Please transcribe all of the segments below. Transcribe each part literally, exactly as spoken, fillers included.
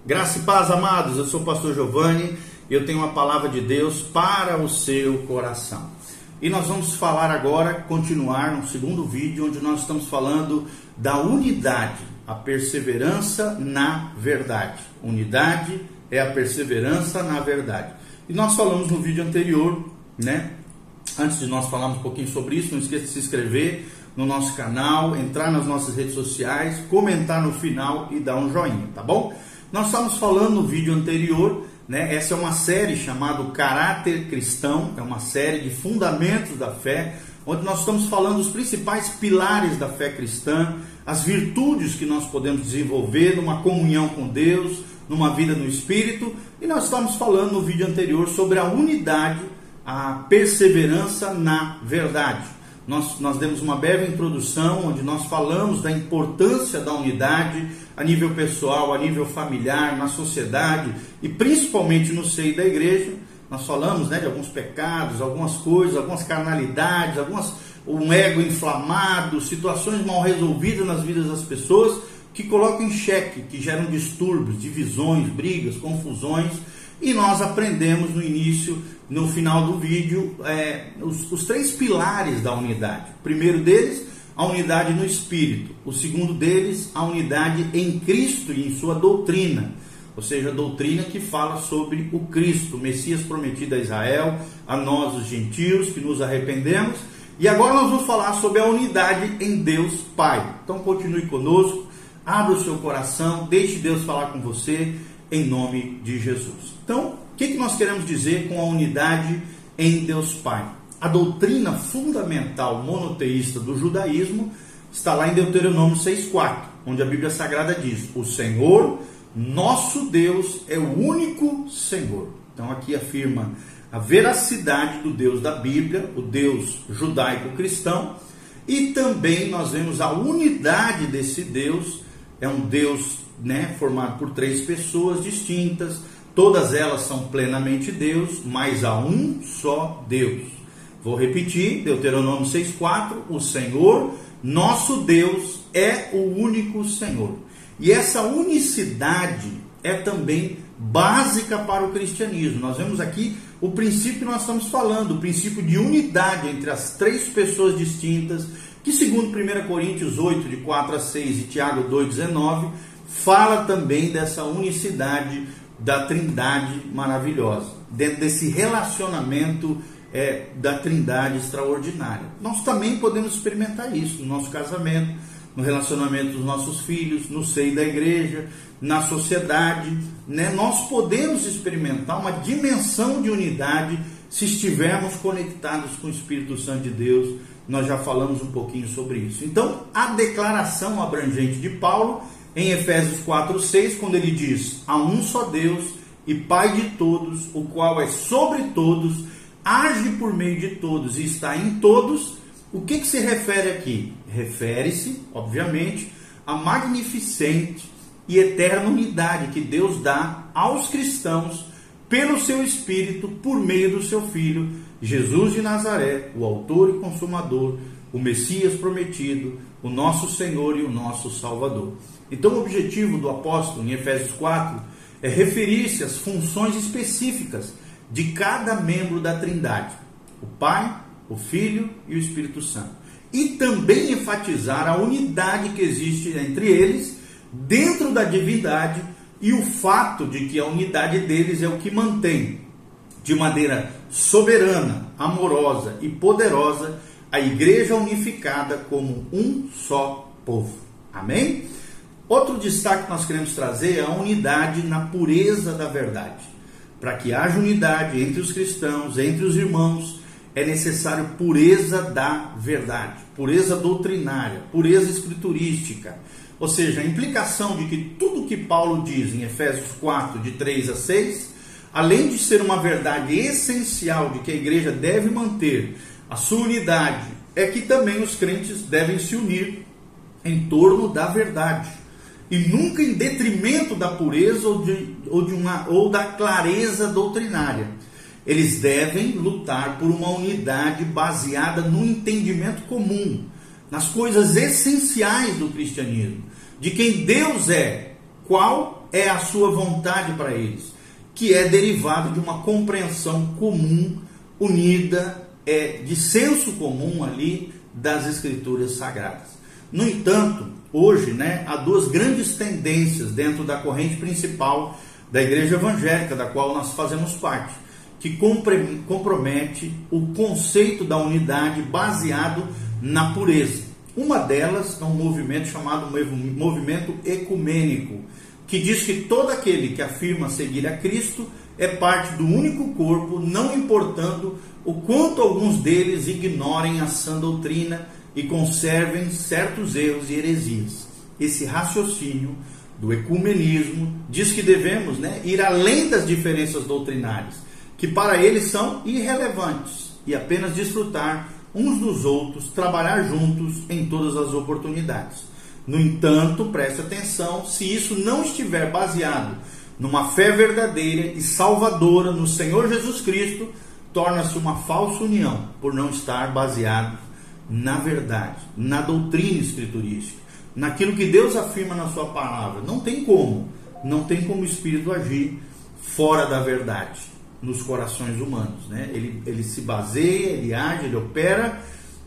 Graça e paz, amados, eu sou o pastor Giovanni e eu tenho uma palavra de Deus para o seu coração. E nós vamos falar agora, continuar no segundo vídeo, onde nós estamos falando da unidade, a perseverança na verdade. Unidade é a perseverança na verdade. E nós falamos no vídeo anterior, né? Antes de nós falarmos um pouquinho sobre isso, não esqueça de se inscrever no nosso canal, entrar nas nossas redes sociais, comentar no final e dar um joinha, tá bom? Nós estamos falando no vídeo anterior, né? Essa é uma série chamada Caráter Cristão, é uma série de fundamentos da fé, onde nós estamos falando dos principais pilares da fé cristã, as virtudes que nós podemos desenvolver numa comunhão com Deus, numa vida no Espírito, e nós estamos falando no vídeo anterior sobre a unidade, a perseverança na verdade. Nós, nós demos uma breve introdução, onde nós falamos da importância da unidade a nível pessoal, a nível familiar, na sociedade e principalmente no seio da igreja. Nós falamos, né, de alguns pecados, algumas coisas, algumas carnalidades, algumas, um ego inflamado, situações mal resolvidas nas vidas das pessoas que colocam em xeque, que geram distúrbios, divisões, brigas, confusões. E nós aprendemos no início, no final do vídeo, é, os, os três pilares da unidade. O primeiro deles, a unidade no Espírito. O segundo deles, a unidade em Cristo e em sua doutrina. Ou seja, a doutrina que fala sobre o Cristo, o Messias prometido a Israel, a nós os gentios que nos arrependemos. E agora nós vamos falar sobre a unidade em Deus Pai. Então continue conosco, abra o seu coração, deixe Deus falar com você, em nome de Jesus. Então, o que, que nós queremos dizer com a unidade em Deus Pai? A doutrina fundamental monoteísta do judaísmo está lá em Deuteronômio seis quatro, onde a Bíblia Sagrada diz: o Senhor, nosso Deus, é o único Senhor. Então aqui afirma a veracidade do Deus da Bíblia, o Deus judaico-cristão, e também nós vemos a unidade desse Deus. É um Deus, né, formado por três pessoas distintas, todas elas são plenamente Deus, mas há um só Deus. Vou repetir, Deuteronômio seis quatro, o Senhor, nosso Deus, é o único Senhor. E essa unicidade é também básica para o cristianismo. Nós vemos aqui o princípio que nós estamos falando, o princípio de unidade entre as três pessoas distintas, que segundo primeira Coríntios oito, de quatro a seis e Tiago dois, dezenove, fala também dessa unicidade da Trindade maravilhosa, dentro desse relacionamento é, da Trindade extraordinária. Nós também podemos experimentar isso no nosso casamento, no relacionamento dos nossos filhos, no seio da igreja, na sociedade, né? Nós podemos experimentar uma dimensão de unidade se estivermos conectados com o Espírito Santo de Deus. Nós já falamos um pouquinho sobre isso. Então, a declaração abrangente de Paulo em Efésios quatro, seis, quando ele diz: há um só Deus e Pai de todos, o qual é sobre todos, age por meio de todos e está em todos. O que, que se refere aqui? Refere-se, obviamente, à magnificente e eterna unidade que Deus dá aos cristãos pelo seu Espírito, por meio do seu Filho, Jesus de Nazaré, o autor e consumador, o Messias prometido, o nosso Senhor e o nosso Salvador. Então o objetivo do apóstolo em Efésios quatro é referir-se às funções específicas de cada membro da Trindade, o Pai, o Filho e o Espírito Santo. E também enfatizar a unidade que existe entre eles, dentro da divindade, e o fato de que a unidade deles é o que mantém, de maneira soberana, amorosa e poderosa, a igreja unificada como um só povo. Amém? Outro destaque que nós queremos trazer é a unidade na pureza da verdade. Para que haja unidade entre os cristãos, entre os irmãos, é necessário pureza da verdade, pureza doutrinária, pureza escriturística. Ou seja, a implicação de que tudo que Paulo diz em Efésios quatro, de três a seis, além de ser uma verdade essencial de que a igreja deve manter a sua unidade, é que também os crentes devem se unir em torno da verdade, e nunca em detrimento da pureza ou, de, ou, de uma, ou da clareza doutrinária. Eles devem lutar por uma unidade baseada no entendimento comum, nas coisas essenciais do cristianismo, de quem Deus é, qual é a sua vontade para eles, que é derivado de uma compreensão comum, unida, é, de senso comum ali das Escrituras Sagradas. No entanto, hoje, né, há duas grandes tendências dentro da corrente principal da Igreja Evangélica, da qual nós fazemos parte, que compromete o conceito da unidade baseado na pureza. Uma delas é um movimento chamado movimento ecumênico, que diz que todo aquele que afirma seguir a Cristo é parte do único corpo, não importando o quanto alguns deles ignorem a sã doutrina e conservem certos erros e heresias. Esse raciocínio do ecumenismo diz que devemos, né, ir além das diferenças doutrinárias, que para eles são irrelevantes, e apenas desfrutar uns dos outros, trabalhar juntos em todas as oportunidades. No entanto, preste atenção, se isso não estiver baseado numa fé verdadeira e salvadora no Senhor Jesus Cristo, torna-se uma falsa união, por não estar baseado na verdade, na doutrina escriturística, naquilo que Deus afirma na sua palavra. Não tem como, não tem como o Espírito agir fora da verdade nos corações humanos, né? Ele, ele se baseia, ele age, ele opera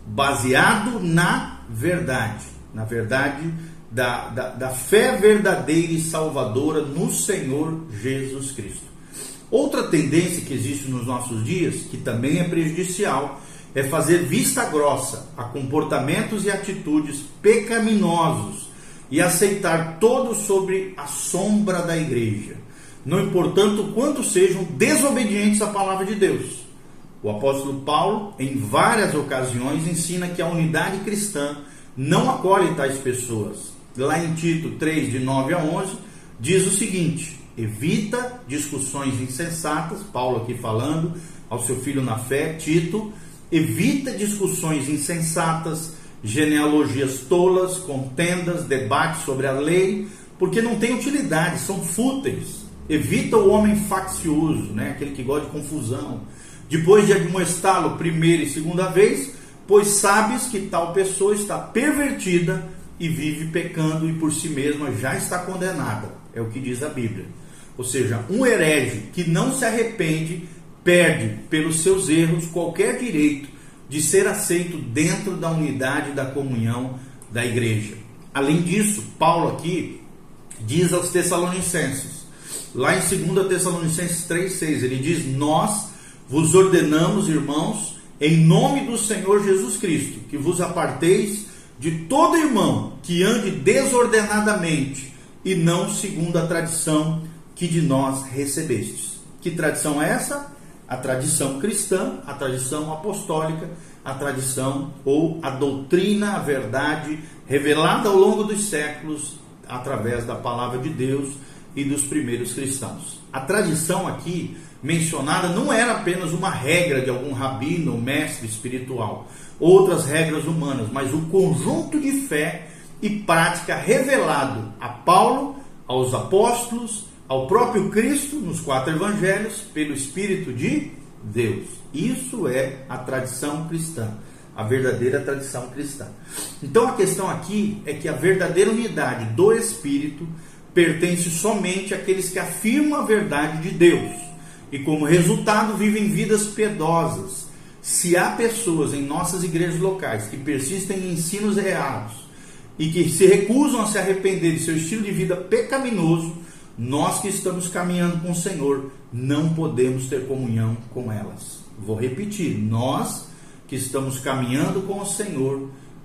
baseado na verdade, na verdade da, da, da fé verdadeira e salvadora no Senhor Jesus Cristo. Outra tendência que existe nos nossos dias, que também é prejudicial, é fazer vista grossa a comportamentos e atitudes pecaminosos e aceitar todos sobre a sombra da igreja, não importando quanto sejam desobedientes à palavra de Deus. O apóstolo Paulo, em várias ocasiões, ensina que a unidade cristã não acolhe tais pessoas. Lá em Tito três, de nove a onze, diz o seguinte: evita discussões insensatas, Paulo aqui falando ao seu filho na fé, Tito, evita discussões insensatas, genealogias tolas, contendas, debates sobre a lei, porque não tem utilidade, são fúteis. Evita o homem faccioso, né? Aquele que gosta de confusão, depois de admoestá-lo primeira e segunda vez, pois sabes que tal pessoa está pervertida e vive pecando e por si mesma já está condenada. É o que diz a Bíblia. Ou seja, um herege que não se arrepende perde, pelos seus erros, qualquer direito de ser aceito dentro da unidade da comunhão da igreja. Além disso, Paulo aqui diz aos Tessalonicenses, lá em segunda Tessalonicenses três, seis, ele diz: nós vos ordenamos, irmãos, em nome do Senhor Jesus Cristo, que vos aparteis de todo irmão que ande desordenadamente e não segundo a tradição que de nós recebestes. Que tradição é essa? A tradição cristã, a tradição apostólica, a tradição ou a doutrina, a verdade revelada ao longo dos séculos através da palavra de Deus e dos primeiros cristãos. A tradição aqui mencionada não era apenas uma regra de algum rabino ou mestre espiritual, outras regras humanas, mas o conjunto de fé e prática revelado a Paulo, aos apóstolos, ao próprio Cristo, nos quatro evangelhos, pelo Espírito de Deus. Isso é a tradição cristã, a verdadeira tradição cristã. Então a questão aqui é que a verdadeira unidade do Espírito pertence somente àqueles que afirmam a verdade de Deus e, como resultado, vivem vidas piedosas. Se há pessoas em nossas igrejas locais que persistem em ensinos errados e que se recusam a se arrepender de seu estilo de vida pecaminoso, nós que estamos caminhando com o Senhor não podemos ter comunhão com elas. Vou repetir, nós que estamos caminhando com o Senhor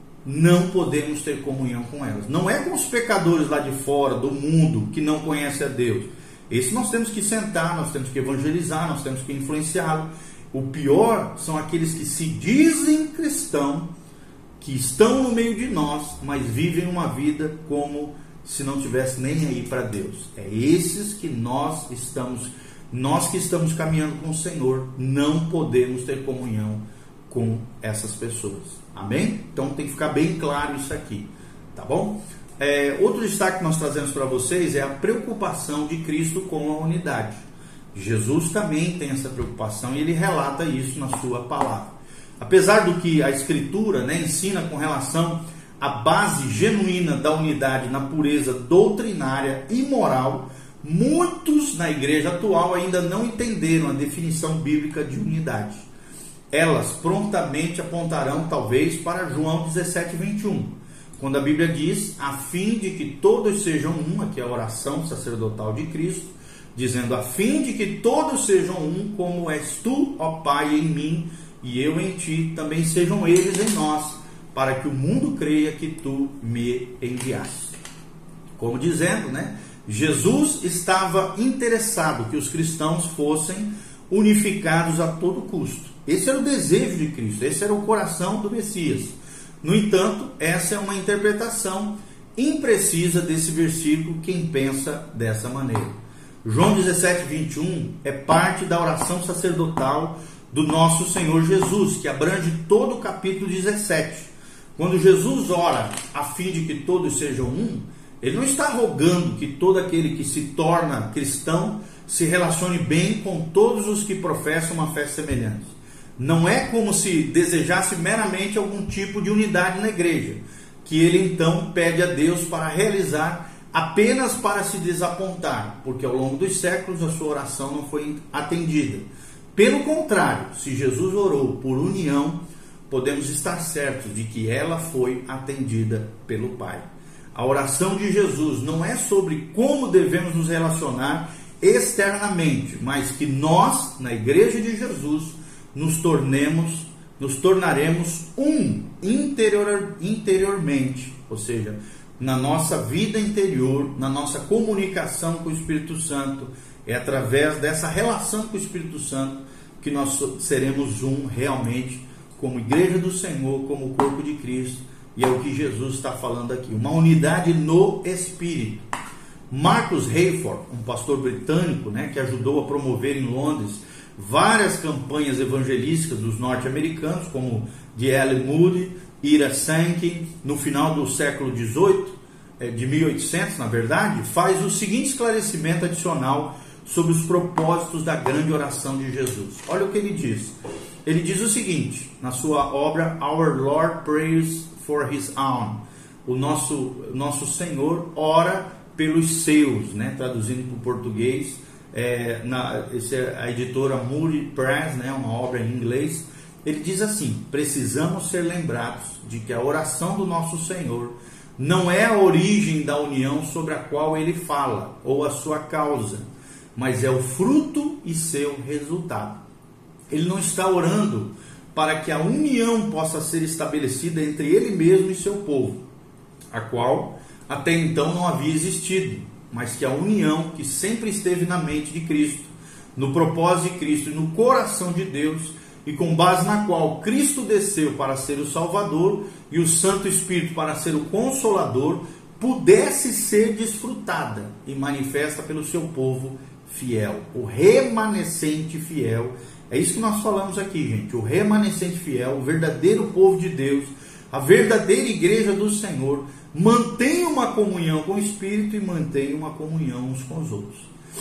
não podemos ter comunhão com elas. Não é com os pecadores lá de fora, do mundo, que não conhecem a Deus. Esse nós temos que sentar, nós temos que evangelizar, nós temos que influenciá-lo. O pior são aqueles que se dizem cristão, que estão no meio de nós, mas vivem uma vida como se não tivesse nem aí para Deus. É esses que nós estamos, nós que estamos caminhando com o Senhor, não podemos ter comunhão com essas pessoas. Amém? Então tem que ficar bem claro isso aqui, tá bom? É, outro destaque que nós trazemos para vocês é a preocupação de Cristo com a unidade. Jesus também tem essa preocupação e ele relata isso na sua palavra. Apesar do que a Escritura, né, ensina com relação à base genuína da unidade na pureza doutrinária e moral, muitos na igreja atual ainda não entenderam a definição bíblica de unidade. Elas prontamente apontarão talvez para João dezessete, vinte e um, quando a Bíblia diz, a fim de que todos sejam um, aqui é a oração sacerdotal de Cristo, dizendo, a fim de que todos sejam um, como és tu, ó Pai, em mim, e eu em ti, também sejam eles em nós, para que o mundo creia que tu me enviaste. Como dizendo, né? Jesus estava interessado que os cristãos fossem unificados a todo custo. Esse era o desejo de Cristo, esse era o coração do Messias. No entanto, essa é uma interpretação imprecisa desse versículo, quem pensa dessa maneira. João dezessete, vinte e um é parte da oração sacerdotal do nosso Senhor Jesus, que abrange todo o capítulo dezessete. Quando Jesus ora a fim de que todos sejam um, ele não está rogando que todo aquele que se torna cristão se relacione bem com todos os que professam uma fé semelhante. Não é como se desejasse meramente algum tipo de unidade na igreja, que ele então pede a Deus para realizar apenas para se desapontar, porque ao longo dos séculos a sua oração não foi atendida. Pelo contrário, se Jesus orou por união, podemos estar certos de que ela foi atendida pelo Pai. A oração de Jesus não é sobre como devemos nos relacionar externamente, mas que nós, na igreja de Jesus, nos tornemos, nos tornaremos um interior, interiormente, ou seja, na nossa vida interior, na nossa comunicação com o Espírito Santo. É através dessa relação com o Espírito Santo que nós seremos um realmente, como igreja do Senhor, como o corpo de Cristo, e é o que Jesus está falando aqui, uma unidade no Espírito. Marcus Hayford, um pastor britânico, né, que ajudou a promover em Londres várias campanhas evangelísticas dos norte-americanos, como D L Moody, Ira Sankey, no final do século dezoito, de mil e oitocentos, na verdade, faz o seguinte esclarecimento adicional sobre os propósitos da grande oração de Jesus. Olha o que ele diz. Ele diz o seguinte, na sua obra Our Lord Prays for His Own. O nosso, nosso Senhor ora pelos seus, né? Traduzindo para o português, é, na, essa é a editora Moody Press, né? Uma obra em inglês. Ele diz assim, precisamos ser lembrados de que a oração do nosso Senhor não é a origem da união sobre a qual ele fala, ou a sua causa, mas é o fruto e seu resultado. Ele não está orando para que a união possa ser estabelecida entre ele mesmo e seu povo, a qual até então não havia existido, mas que a união que sempre esteve na mente de Cristo, no propósito de Cristo e no coração de Deus, e com base na qual Cristo desceu para ser o Salvador e o Santo Espírito para ser o Consolador, pudesse ser desfrutada e manifesta pelo seu povo fiel, o remanescente fiel. É isso que nós falamos aqui, gente, o remanescente fiel, o verdadeiro povo de Deus, a verdadeira igreja do Senhor, mantém uma comunhão com o Espírito e mantém uma comunhão uns com os outros.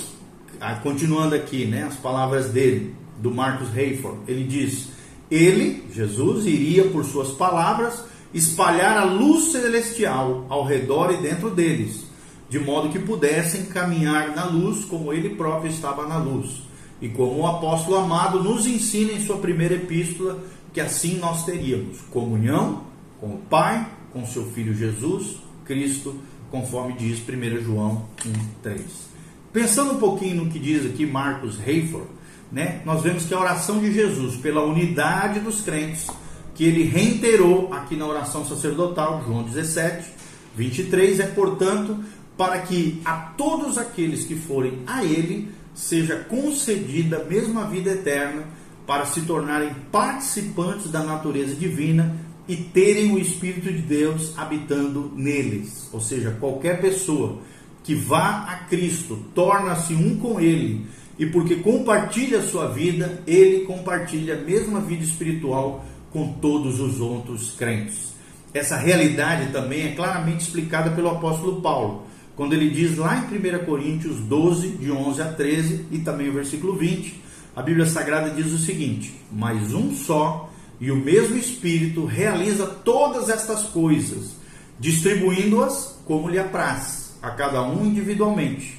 Ah, continuando aqui, né, as palavras dele, do Marcus Hayford, ele diz, ele, Jesus, iria por suas palavras espalhar a luz celestial ao redor e dentro deles, de modo que pudessem caminhar na luz como ele próprio estava na luz. E como o apóstolo amado nos ensina em sua primeira epístola, que assim nós teríamos comunhão com o Pai, com seu Filho Jesus, Cristo, conforme diz primeiro João um, três. Pensando um pouquinho no que diz aqui Marcus Hayford, né, nós vemos que a oração de Jesus pela unidade dos crentes, que ele reiterou aqui na oração sacerdotal, João dezessete, vinte e três, é, portanto, para que a todos aqueles que forem a ele seja concedida a mesma vida eterna, para se tornarem participantes da natureza divina e terem o Espírito de Deus habitando neles. Ou seja, qualquer pessoa que vá a Cristo torna-se um com ele, e porque compartilha a sua vida, ele compartilha a mesma vida espiritual com todos os outros crentes. Essa realidade também é claramente explicada pelo apóstolo Paulo, quando ele diz lá em primeira Coríntios doze, de onze a treze, e também o versículo vinte, a Bíblia Sagrada diz o seguinte, mas um só e o mesmo Espírito realiza todas estas coisas, distribuindo-as como lhe apraz, a cada um individualmente.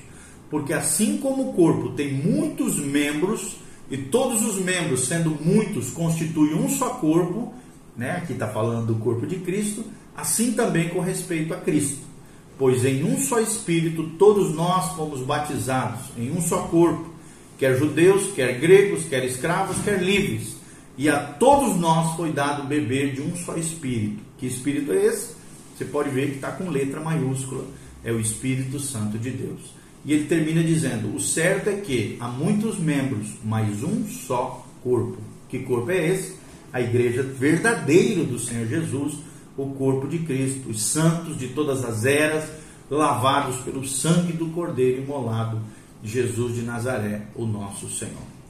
porque assim como o corpo tem muitos membros, e todos os membros, sendo muitos, constituem um só corpo, né? Aqui está falando do corpo de Cristo, assim também com respeito a Cristo. Pois em um só Espírito todos nós fomos batizados, em um só corpo, quer judeus, quer gregos, quer escravos, quer livres, e a todos nós foi dado beber de um só Espírito. Que Espírito é esse? Você pode ver que está com letra maiúscula, é o Espírito Santo de Deus. E ele termina dizendo, o certo é que há muitos membros, mas um só corpo. Que corpo é esse? A igreja verdadeira do Senhor Jesus, o corpo de Cristo, os santos de todas as eras, lavados pelo sangue do Cordeiro imolado, Jesus de Nazaré, o nosso Senhor.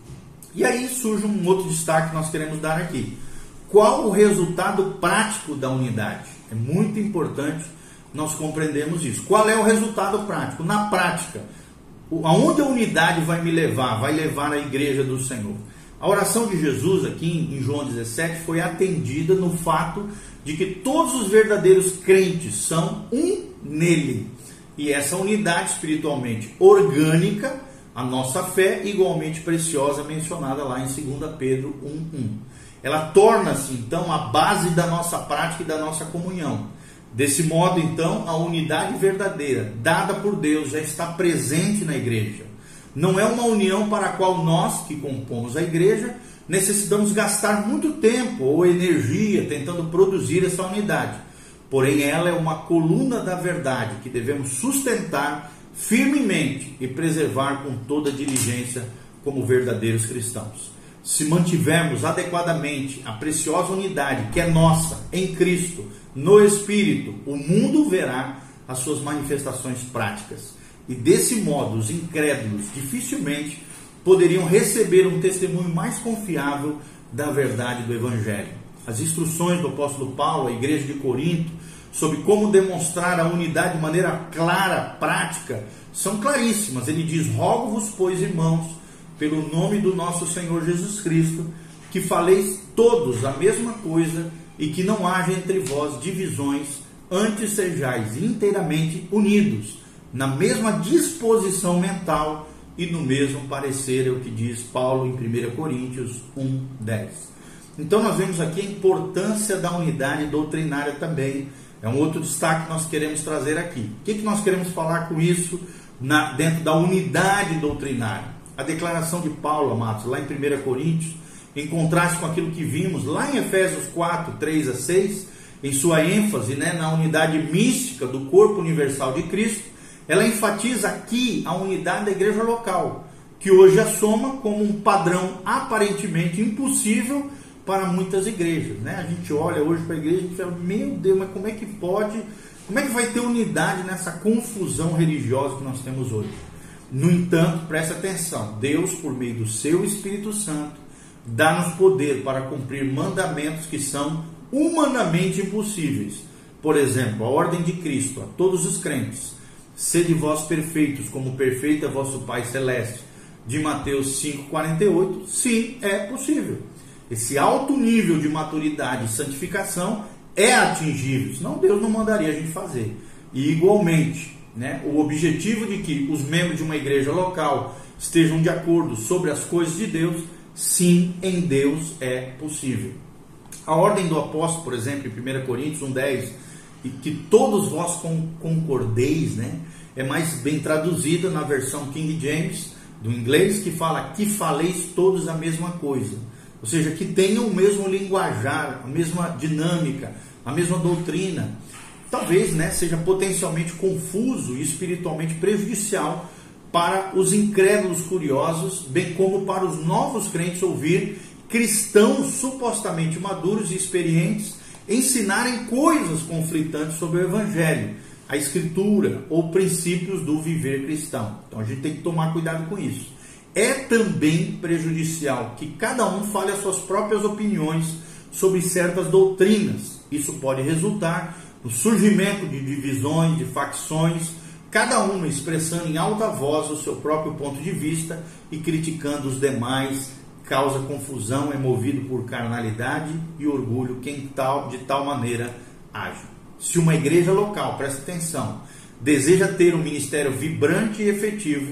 E aí surge um outro destaque que nós queremos dar aqui. Qual o resultado prático da unidade? É muito importante nós compreendermos isso. Qual é o resultado prático? Na prática, aonde a unidade vai me levar? Vai levar a igreja do Senhor. A oração de Jesus aqui em João dezessete foi atendida no fato de que todos os verdadeiros crentes são um nele. E essa unidade espiritualmente orgânica, a nossa fé, igualmente preciosa, mencionada lá em dois Pedro um, um. Ela torna-se, então, a base da nossa prática e da nossa comunhão. Desse modo, então, a unidade verdadeira, dada por Deus, já está presente na igreja. Não é uma união para a qual nós, que compomos a igreja, necessitamos gastar muito tempo ou energia tentando produzir essa unidade. Porém, ela é uma coluna da verdade que devemos sustentar firmemente e preservar com toda diligência como verdadeiros cristãos. Se mantivermos adequadamente a preciosa unidade que é nossa em Cristo, no Espírito, o mundo verá as suas manifestações práticas. E desse modo, os incrédulos dificilmente poderiam receber um testemunho mais confiável da verdade do Evangelho. As instruções do apóstolo Paulo à igreja de Corinto sobre como demonstrar a unidade de maneira clara, prática, são claríssimas. Ele diz, rogo-vos, pois, irmãos, pelo nome do nosso Senhor Jesus Cristo, que faleis todos a mesma coisa e que não haja entre vós divisões, antes sejais inteiramente unidos, na mesma disposição mental e no mesmo parecer, é o que diz Paulo em primeira Coríntios um, dez. Então nós vemos aqui a importância da unidade doutrinária também. É um outro destaque que nós queremos trazer aqui. O que, que nós queremos falar com isso na, dentro da unidade doutrinária? A declaração de Paulo, amados, lá em primeira Coríntios, em contraste com aquilo que vimos lá em Efésios quatro, três a seis, em sua ênfase, né, na unidade mística do corpo universal de Cristo, ela enfatiza aqui a unidade da igreja local, que hoje assoma como um padrão aparentemente impossível para muitas igrejas, né? A gente olha hoje para a igreja e fala, meu Deus, mas como é que pode, como é que vai ter unidade nessa confusão religiosa que nós temos hoje? No entanto, preste atenção, Deus, por meio do seu Espírito Santo, dá-nos poder para cumprir mandamentos que são humanamente impossíveis. Por exemplo, a ordem de Cristo a todos os crentes, sede vós perfeitos, como perfeito é vosso Pai Celeste, de Mateus cinco, quarenta e oito, sim, é possível. Esse alto nível de maturidade e santificação é atingível, senão Deus não mandaria a gente fazer. E igualmente, né, o objetivo de que os membros de uma igreja local estejam de acordo sobre as coisas de Deus, sim, em Deus é possível. A ordem do apóstolo, por exemplo, em primeira Coríntios um, dez, e que todos vós concordeis, né, é mais bem traduzida na versão King James do inglês, que fala que faleis todos a mesma coisa. Ou seja, que tenham o mesmo linguajar, a mesma dinâmica, a mesma doutrina. Talvez, né, seja potencialmente confuso e espiritualmente prejudicial para os incrédulos curiosos, bem como para os novos crentes ouvir cristãos supostamente maduros e experientes ensinarem coisas conflitantes sobre o Evangelho, a Escritura ou princípios do viver cristão. Então a gente tem que tomar cuidado com isso. É também prejudicial que cada um fale as suas próprias opiniões sobre certas doutrinas. Isso pode resultar no surgimento de divisões, de facções, cada uma expressando em alta voz o seu próprio ponto de vista e criticando os demais, causa confusão, é movido por carnalidade e orgulho quem tal, de tal maneira age. Se uma igreja local, presta atenção, deseja ter um ministério vibrante e efetivo,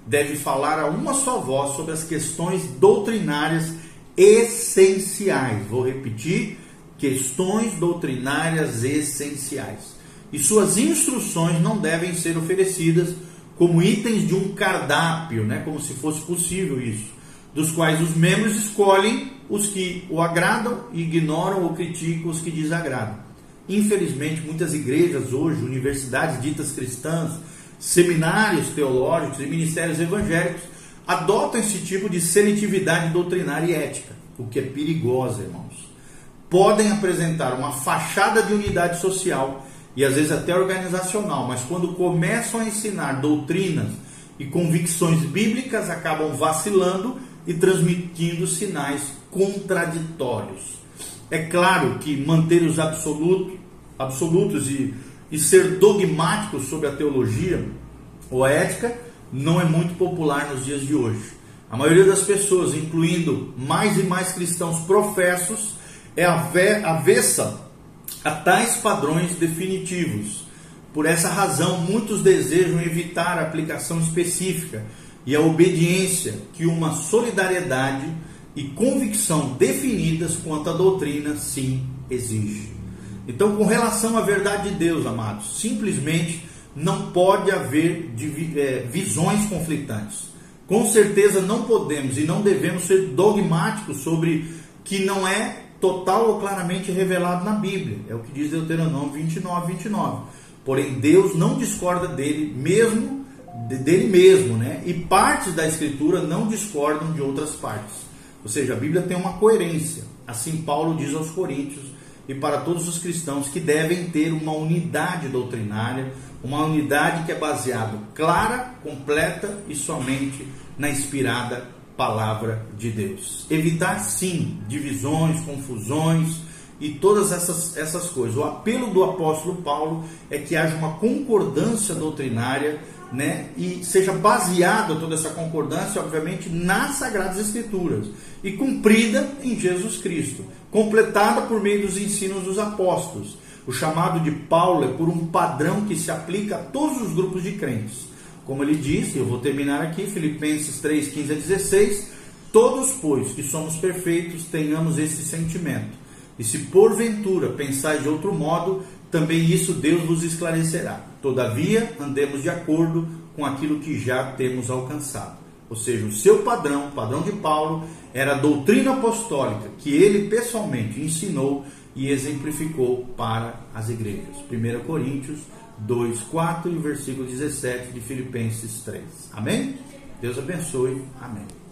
deve falar a uma só voz sobre as questões doutrinárias essenciais. Vou repetir, questões doutrinárias essenciais. E suas instruções não devem ser oferecidas como itens de um cardápio, né? Como se fosse possível isso, dos quais os membros escolhem os que o agradam e ignoram ou criticam os que desagradam. Infelizmente, muitas igrejas hoje, universidades ditas cristãs, seminários teológicos e ministérios evangélicos adotam esse tipo de seletividade doutrinária e ética, o que é perigoso, irmãos. Podem apresentar uma fachada de unidade social e às vezes até organizacional, mas quando começam a ensinar doutrinas e convicções bíblicas, acabam vacilando e transmitindo sinais contraditórios. É claro que manter os absolutos, absolutos e, e ser dogmáticos sobre a teologia ou a ética não é muito popular nos dias de hoje. A maioria das pessoas, incluindo mais e mais cristãos professos, é avessa a tais padrões definitivos. Por essa razão, muitos desejam evitar a aplicação específica e a obediência que uma solidariedade e convicção definidas quanto à doutrina sim exige. Então, com relação à verdade de Deus, amados, simplesmente não pode haver visões conflitantes. Com certeza não podemos e não devemos ser dogmáticos sobre que não é total ou claramente revelado na Bíblia. É o que diz Deuteronômio vinte e nove, vinte e nove. Porém, Deus não discorda dele mesmo, dele mesmo, né? E partes da Escritura não discordam de outras partes. Ou seja, a Bíblia tem uma coerência. Assim Paulo diz aos Coríntios e para todos os cristãos que devem ter uma unidade doutrinária, uma unidade que é baseada clara, completa e somente na inspirada palavra de Deus. Evitar sim divisões, confusões e todas essas, essas coisas. O apelo do apóstolo Paulo é que haja uma concordância doutrinária, né, e seja baseada toda essa concordância, obviamente, nas Sagradas Escrituras e cumprida em Jesus Cristo, completada por meio dos ensinos dos apóstolos. O chamado de Paulo é por um padrão que se aplica a todos os grupos de crentes. Como ele disse, eu vou terminar aqui, Filipenses três, quinze a dezesseis, todos, pois, que somos perfeitos, tenhamos esse sentimento. E se porventura pensais de outro modo, também isso Deus vos esclarecerá. Todavia, andemos de acordo com aquilo que já temos alcançado. Ou seja, o seu padrão, o padrão de Paulo, era a doutrina apostólica que ele pessoalmente ensinou e exemplificou para as igrejas. primeira Coríntios dois, quatro e o versículo dezessete de Filipenses três. Amém? Deus abençoe. Amém.